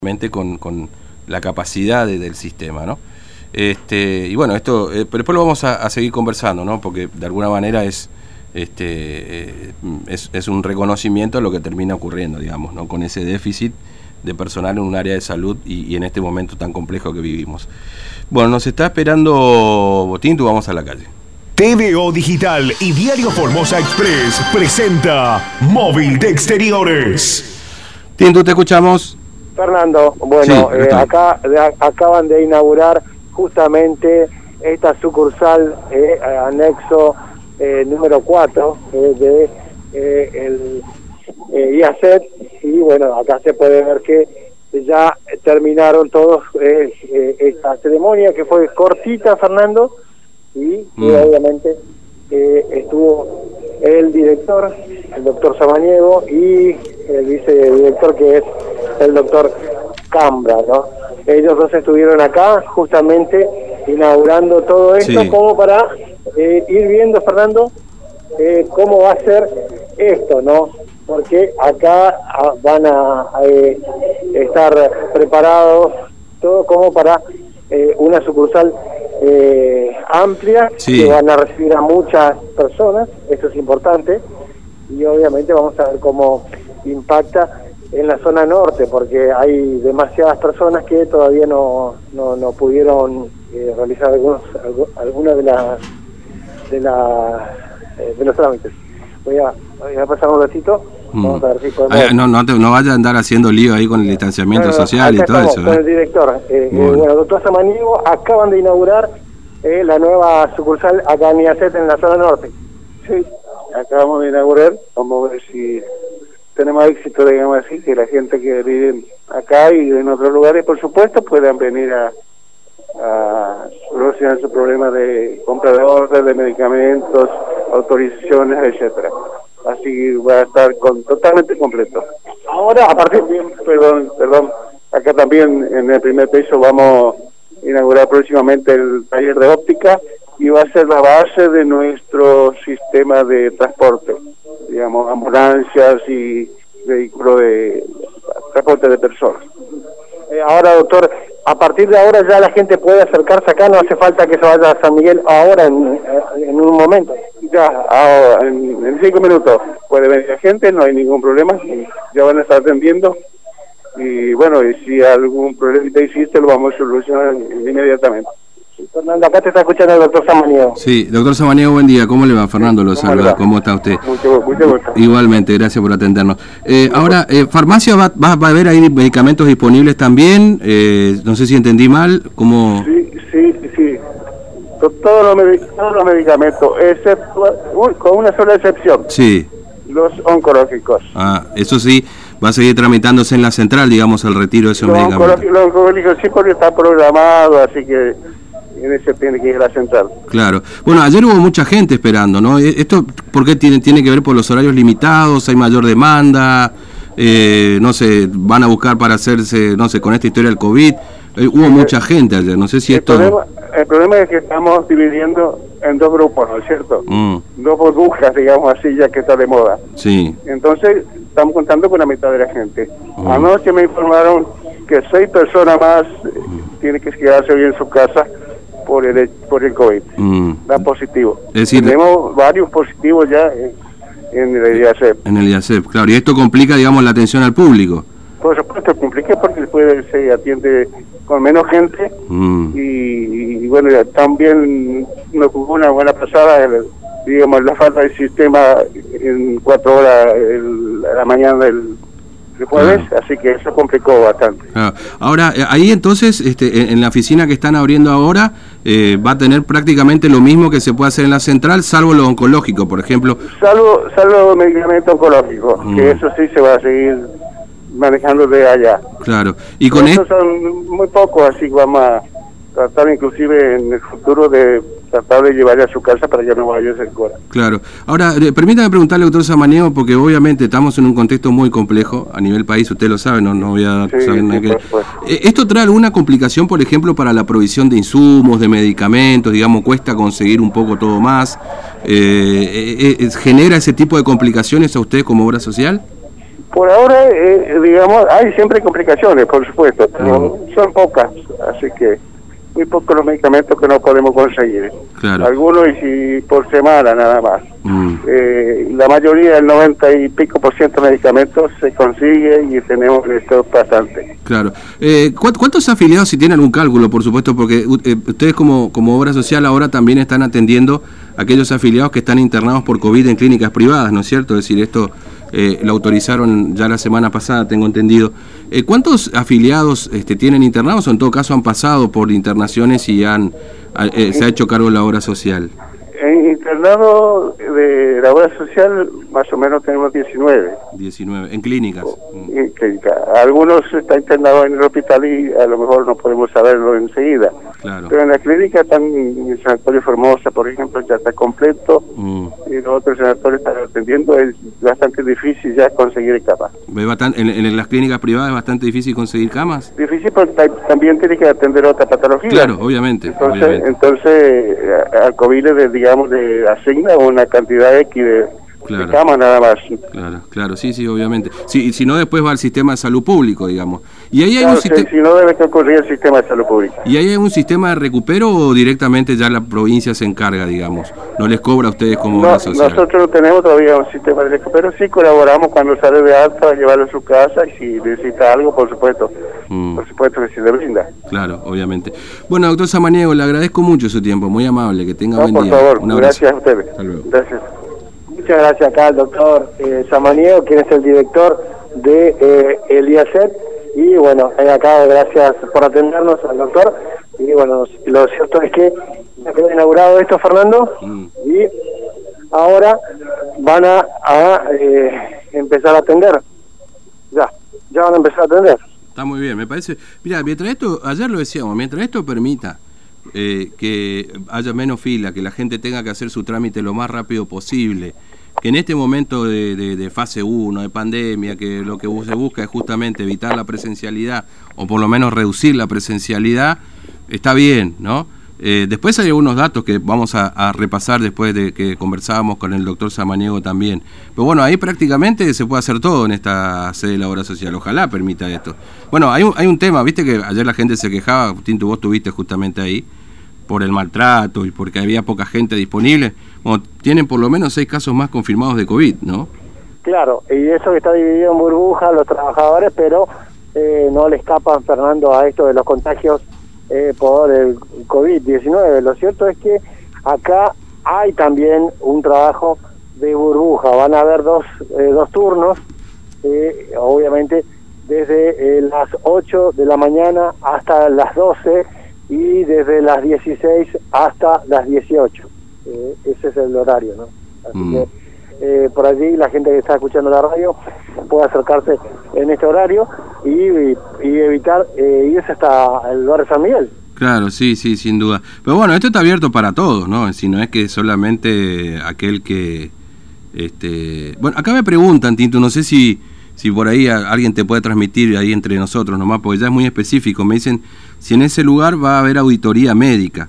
con la capacidad del sistema, ¿no? Y bueno, esto, pero después lo vamos a seguir conversando, ¿no? Porque de alguna manera es un reconocimiento a lo que termina ocurriendo, digamos, ¿no? Con ese déficit de personal en un área de salud y en este momento tan complejo que vivimos. Bueno, nos está esperando Tintu, vamos a la calle. TVO Digital y Diario Formosa Express presenta Móvil de Exteriores. Tintu, te escuchamos. Fernando, bueno, sí, acaban de inaugurar justamente esta sucursal anexo número 4 de el IACEP, y bueno, acá se puede ver que ya terminaron todos esta ceremonia, que fue cortita, Fernando, y obviamente estuvo el director, el doctor Samaniego, y el vicedirector, que es el doctor Cambra, ¿no? Ellos dos estuvieron acá justamente inaugurando todo esto, sí, como para ir viendo, Fernando, cómo va a ser esto, ¿no? Porque acá van a estar preparados todo como para una sucursal amplia, sí, que van a recibir a muchas personas, eso es importante, y obviamente vamos a ver cómo impacta en la zona norte, porque hay demasiadas personas que todavía no pudieron realizar algunas de los trámites. Voy a pasar un ratito. Vamos a ver si podemos... No vaya a andar haciendo lío ahí con el distanciamiento social y todo eso. Con el director. Bueno, doctor Samaniego, acaban de inaugurar la nueva sucursal acá en IACEP, en la zona norte. Sí, acabamos de inaugurar. Vamos a ver si tenemos éxito, digamos así, que la gente que vive acá y en otros lugares, por supuesto, puedan venir a solucionar su problema de compra de órdenes, de medicamentos, autorizaciones, etcétera. Así va a estar totalmente completo. Ahora, a partir de... Perdón, acá también en el primer piso vamos a inaugurar próximamente el taller de óptica, y va a ser la base de nuestro sistema de transporte, digamos, ambulancias y vehículos de transporte de personas. Ahora, doctor, a partir de ahora ya la gente puede acercarse acá, no hace falta que se vaya a San Miguel ahora en un momento. Ya, ahora, en 5 minutos puede venir la gente, no hay ningún problema, ya van a estar atendiendo, y bueno, y si algún problema existe lo vamos a solucionar inmediatamente. Fernando, acá te está escuchando el doctor Samaniego. Sí, doctor Samaniego, buen día. ¿Cómo le va? Fernando lo saluda. ¿Cómo está usted? Mucho gusto. Igualmente, gracias por atendernos. Ahora, ¿farmacia va a haber ahí medicamentos disponibles también? No sé si entendí mal. ¿Cómo? Sí. Todos los medicamentos, excepto, con una sola excepción. Sí. Los oncológicos. Eso sí, va a seguir tramitándose en la central, digamos, el retiro de esos medicamentos. Los oncológicos sí, porque está programado, así que en ese tiene que ir a la central. Claro. Bueno, ayer hubo mucha gente esperando, ¿no? ¿Esto por qué tiene que ver por los horarios limitados? ¿Hay mayor demanda? No sé, van a buscar para hacerse, no sé, con esta historia del COVID. Hubo mucha gente ayer, no sé si el problema es que estamos dividiendo en dos grupos, ¿no es cierto? Dos burbujas, digamos así, ya que está de moda. Sí. Entonces, estamos contando con la mitad de la gente. Anoche me informaron que 6 personas más tienen que quedarse hoy en su casa por el COVID. Da positivo. Es decir, tenemos varios positivos ya en el IACEP. En el IACEP, claro. Y esto complica, digamos, la atención al público. Por supuesto, complica porque después se atiende con menos gente y bueno, también nos jugó una buena pasada, digamos, la falta de sistema en 4 horas la mañana del jueves, así que eso complicó bastante. Ahora, ahí entonces, en la oficina que están abriendo ahora, va a tener prácticamente lo mismo que se puede hacer en la central, salvo lo oncológico, por ejemplo. Salvo medicamento oncológico, que eso sí se va a seguir manejando de allá. Claro. Y con esto son muy pocos, así que vamos a tratar inclusive en el futuro de tratar de llevarle a su casa para que no vaya a ser cora. Claro. Ahora, permítame preguntarle, doctor Samaniego, porque obviamente estamos en un contexto muy complejo a nivel país, usted lo sabe, no voy a saber nada que... ¿Esto trae alguna complicación, por ejemplo, para la provisión de insumos, de medicamentos, digamos, cuesta conseguir un poco todo más? ¿Genera ese tipo de complicaciones a usted como obra social? Por ahora, digamos, hay siempre complicaciones, por supuesto, pero son pocas, así que muy pocos los medicamentos que no podemos conseguir. Claro. Algunos y por semana nada más. La mayoría, el 90 y pico % de medicamentos se consigue y tenemos esto bastante. Claro. ¿Cuántos afiliados, si tiene algún cálculo, por supuesto, porque ustedes como obra social ahora también están atendiendo a aquellos afiliados que están internados por COVID en clínicas privadas, ¿no es cierto? Es decir, esto lo autorizaron ya la semana pasada, tengo entendido. ¿Cuántos afiliados tienen internados o en todo caso han pasado por internaciones y se ha hecho cargo de la obra social? En internado de la obra social más o menos tenemos 19. 19, en clínicas. En clínica. Algunos están internados en el hospital y a lo mejor no podemos saberlo enseguida. Claro. Pero en la clínica están en el Sanatorio Formosa, por ejemplo, ya está completo. Y los otros sanatorios están atendiendo. Es bastante difícil ya conseguir camas. ¿En las clínicas privadas es bastante difícil conseguir camas? Difícil porque también tiene que atender otra patología. Claro, obviamente. Entonces al COVID le asigna una cantidad X de camas nada más. Claro, sí, obviamente. Sí, si no, después va al sistema de salud público, digamos. Y ahí hay si no, debe que ocurrir el sistema de salud público. ¿Y ahí hay un sistema de recupero o directamente ya la provincia se encarga, digamos? ¿No les cobra a ustedes como obra social? Nosotros no tenemos todavía un sistema de recupero, sí colaboramos cuando sale de alta para llevarlo a su casa y si necesita algo, por supuesto que se le brinda. Claro, obviamente. Bueno, doctor Samaniego, le agradezco mucho su tiempo, muy amable, que tenga buen día. Por favor, gracias a ustedes. Hasta luego. Gracias. Muchas gracias acá al doctor Samaniego, quien es el director de el IACET, y bueno, acá gracias por atendernos al doctor, y bueno, lo cierto es que ya quedó inaugurado esto, Fernando, y ahora van a empezar a atender, ya van a empezar a atender. Está muy bien, me parece. Mira, mientras esto, ayer lo decíamos, mientras esto permita que haya menos fila, que la gente tenga que hacer su trámite lo más rápido posible, que en este momento de fase 1, de pandemia, que lo que se busca es justamente evitar la presencialidad, o por lo menos reducir la presencialidad, está bien, ¿no? Después hay algunos datos que vamos a repasar después de que conversábamos con el doctor Samaniego también. Pero bueno, ahí prácticamente se puede hacer todo en esta sede de la obra social. Ojalá permita esto. Bueno, hay un tema, viste que ayer la gente se quejaba, Tinto, vos estuviste justamente ahí, por el maltrato y porque había poca gente disponible. Bueno, tienen por lo menos 6 casos más confirmados de COVID, ¿no? Claro, y eso que está dividido en burbujas los trabajadores, pero no le escapan, Fernando, a esto de los contagios por el COVID-19. Lo cierto es que acá hay también un trabajo de burbuja. Van a haber dos turnos, obviamente desde las 8 de la mañana hasta las 12 y desde las 16 hasta las 18. Ese es el horario, ¿no? Así que por allí la gente que está escuchando la radio puede acercarse en este horario y evitar irse hasta el barrio San Miguel. Claro, sí, sin duda. Pero bueno, esto está abierto para todos, ¿no? Si no es que solamente aquel que... Bueno, acá me preguntan, Tinto, no sé si por ahí alguien te puede transmitir ahí entre nosotros nomás, porque ya es muy específico. Me dicen si en ese lugar va a haber auditoría médica.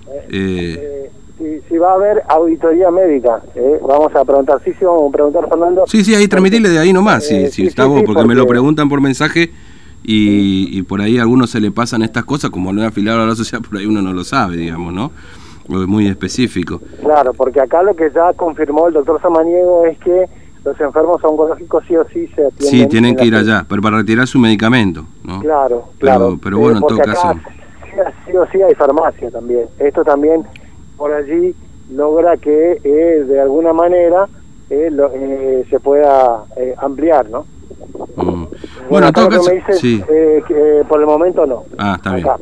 Si va a haber auditoría médica, vamos a preguntar. Sí, vamos a preguntar, Fernando. Sí, ahí transmitirle de ahí nomás, si está vos, porque me lo preguntan por mensaje y por ahí a algunos se le pasan estas cosas, como no es afiliado a la sociedad, por ahí uno no lo sabe, digamos, ¿no? Es muy específico. Claro, porque acá lo que ya confirmó el doctor Samaniego es que los enfermos oncológicos sí o sí se atienden. Sí, tienen que ir allá, pero para retirar su medicamento, ¿no? Claro. Pero bueno, en todo caso... Sí o sí hay farmacia también. Esto también por allí logra que de alguna manera se pueda ampliar, ¿no? Bueno, en todo caso... me dicen, sí. Que por el momento no. Ah, está bien.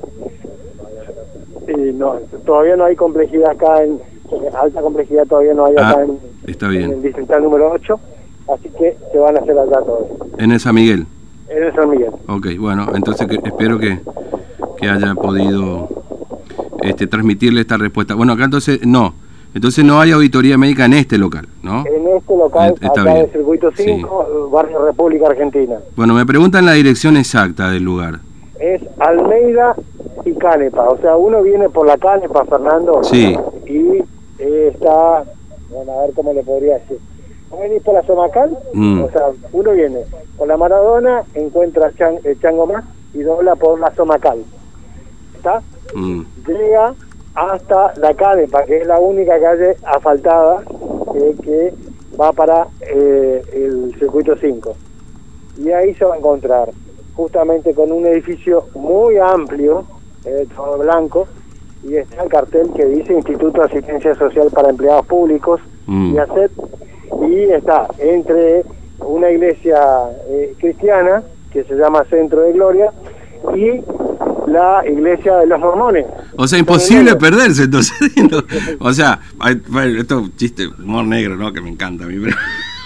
Y no, todavía no hay complejidad acá alta complejidad todavía no hay acá está bien. En el distrital número 8, así que se van a hacer allá todos. ¿En el San Miguel? En el San Miguel. Ok, bueno, entonces espero que haya podido transmitirle esta respuesta. Bueno, acá entonces no hay auditoría médica en este local, ¿no? En este local, está acá bien. del Circuito 5, sí. Barrio República Argentina. Bueno, me preguntan la dirección exacta del lugar. Es Almeida y Canepa, o sea, uno viene por la Canepa, Fernando, sí. Y está, bueno, a ver cómo le podría decir, venís por la Somacal, o sea, uno viene por la Maradona, encuentra el Chango Más y dobla por la Somacal. ¿Está? Llega hasta la Canepa, que es la única calle asfaltada que va para el circuito 5. Y ahí se va a encontrar justamente con un edificio muy amplio, todo blanco, y está el cartel que dice Instituto de Asistencia Social para Empleados Públicos y ACET, y está entre una iglesia cristiana que se llama Centro de Gloria y la iglesia de los mormones. O sea, imposible perderse, entonces. O sea, esto es un chiste, humor negro, ¿no? Que me encanta a mí, pero...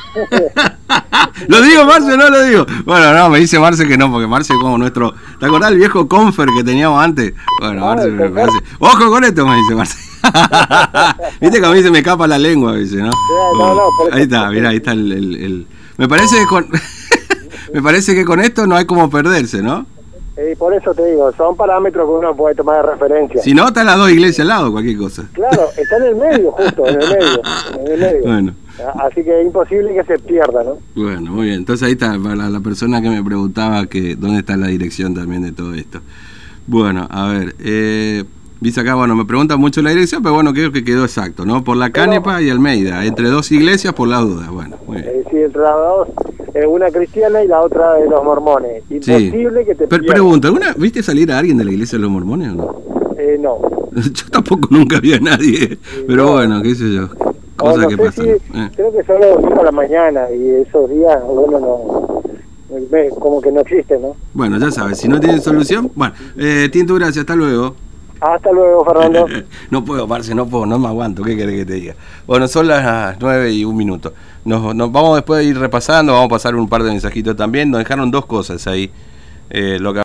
¿Lo digo, Marce, o no lo digo? Bueno, no, me dice Marce que no, porque Marce es como nuestro... ¿Te acordás del viejo Confer que teníamos antes? Bueno, Marce me hace... ¡Ojo con esto!, me dice Marce. Viste que a mí se me escapa la lengua, dice, ¿no? Ahí está, mirá, ahí está el... Me parece que con... me parece que con esto no hay como perderse, ¿no? Y por eso te digo, son parámetros que uno puede tomar de referencia. Si no, están las dos iglesias al lado, cualquier cosa. Claro, está en el medio, justo, en el medio. Bueno. Así que es imposible que se pierda, ¿no? Bueno, muy bien. Entonces ahí está, para la persona que me preguntaba que dónde está la dirección también de todo esto. Bueno, a ver, dice acá, bueno, me preguntan mucho la dirección, pero bueno, creo que quedó exacto, ¿no? Por la Canepa y Almeida, entre dos iglesias por la duda. Bueno, muy bien. Sí, entre las dos, una cristiana y la otra de los mormones. Imposible que te pierdas. Pregunta, ¿alguna viste salir a alguien de la iglesia de los mormones o no? No. Yo tampoco nunca vi a nadie, pero bueno, qué sé yo. Cosas que pasan. Creo que solo domingo a la mañana y esos días, bueno, no, como que no existen, ¿no? Bueno, ya sabes, si no tienen solución, bueno, Tinto, gracias, hasta luego. Hasta luego, Fernando. No puedo, Marce, no puedo, no me aguanto, ¿qué querés que te diga? Bueno, son las 9:01. Nos vamos después a ir repasando, vamos a pasar un par de mensajitos también, nos dejaron dos cosas ahí, lo que